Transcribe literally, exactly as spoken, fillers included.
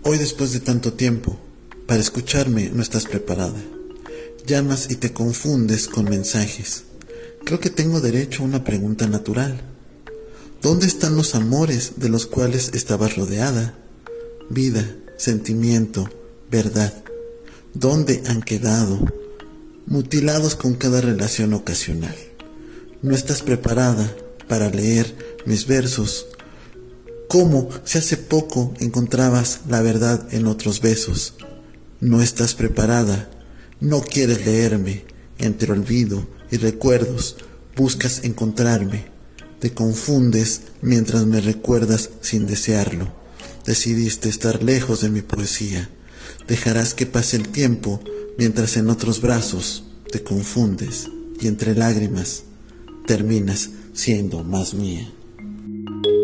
Hoy, después de tanto tiempo, para escucharme no estás preparada. Llamas y te confundes con mensajes. Creo que tengo derecho a una pregunta natural. ¿Dónde están los amores de los cuales estabas rodeada? Vida, sentimiento, verdad. ¿Dónde han quedado? Mutilados con cada relación ocasional. No estás preparada para leer mis versos. ¿Cómo si hace poco encontrabas la verdad en otros besos? No estás preparada, no quieres leerme. Entre olvido y recuerdos buscas encontrarme. Te confundes mientras me recuerdas sin desearlo. Decidiste estar lejos de mi poesía. Dejarás que pase el tiempo mientras en otros brazos te confundes y entre lágrimas terminas siendo más mía.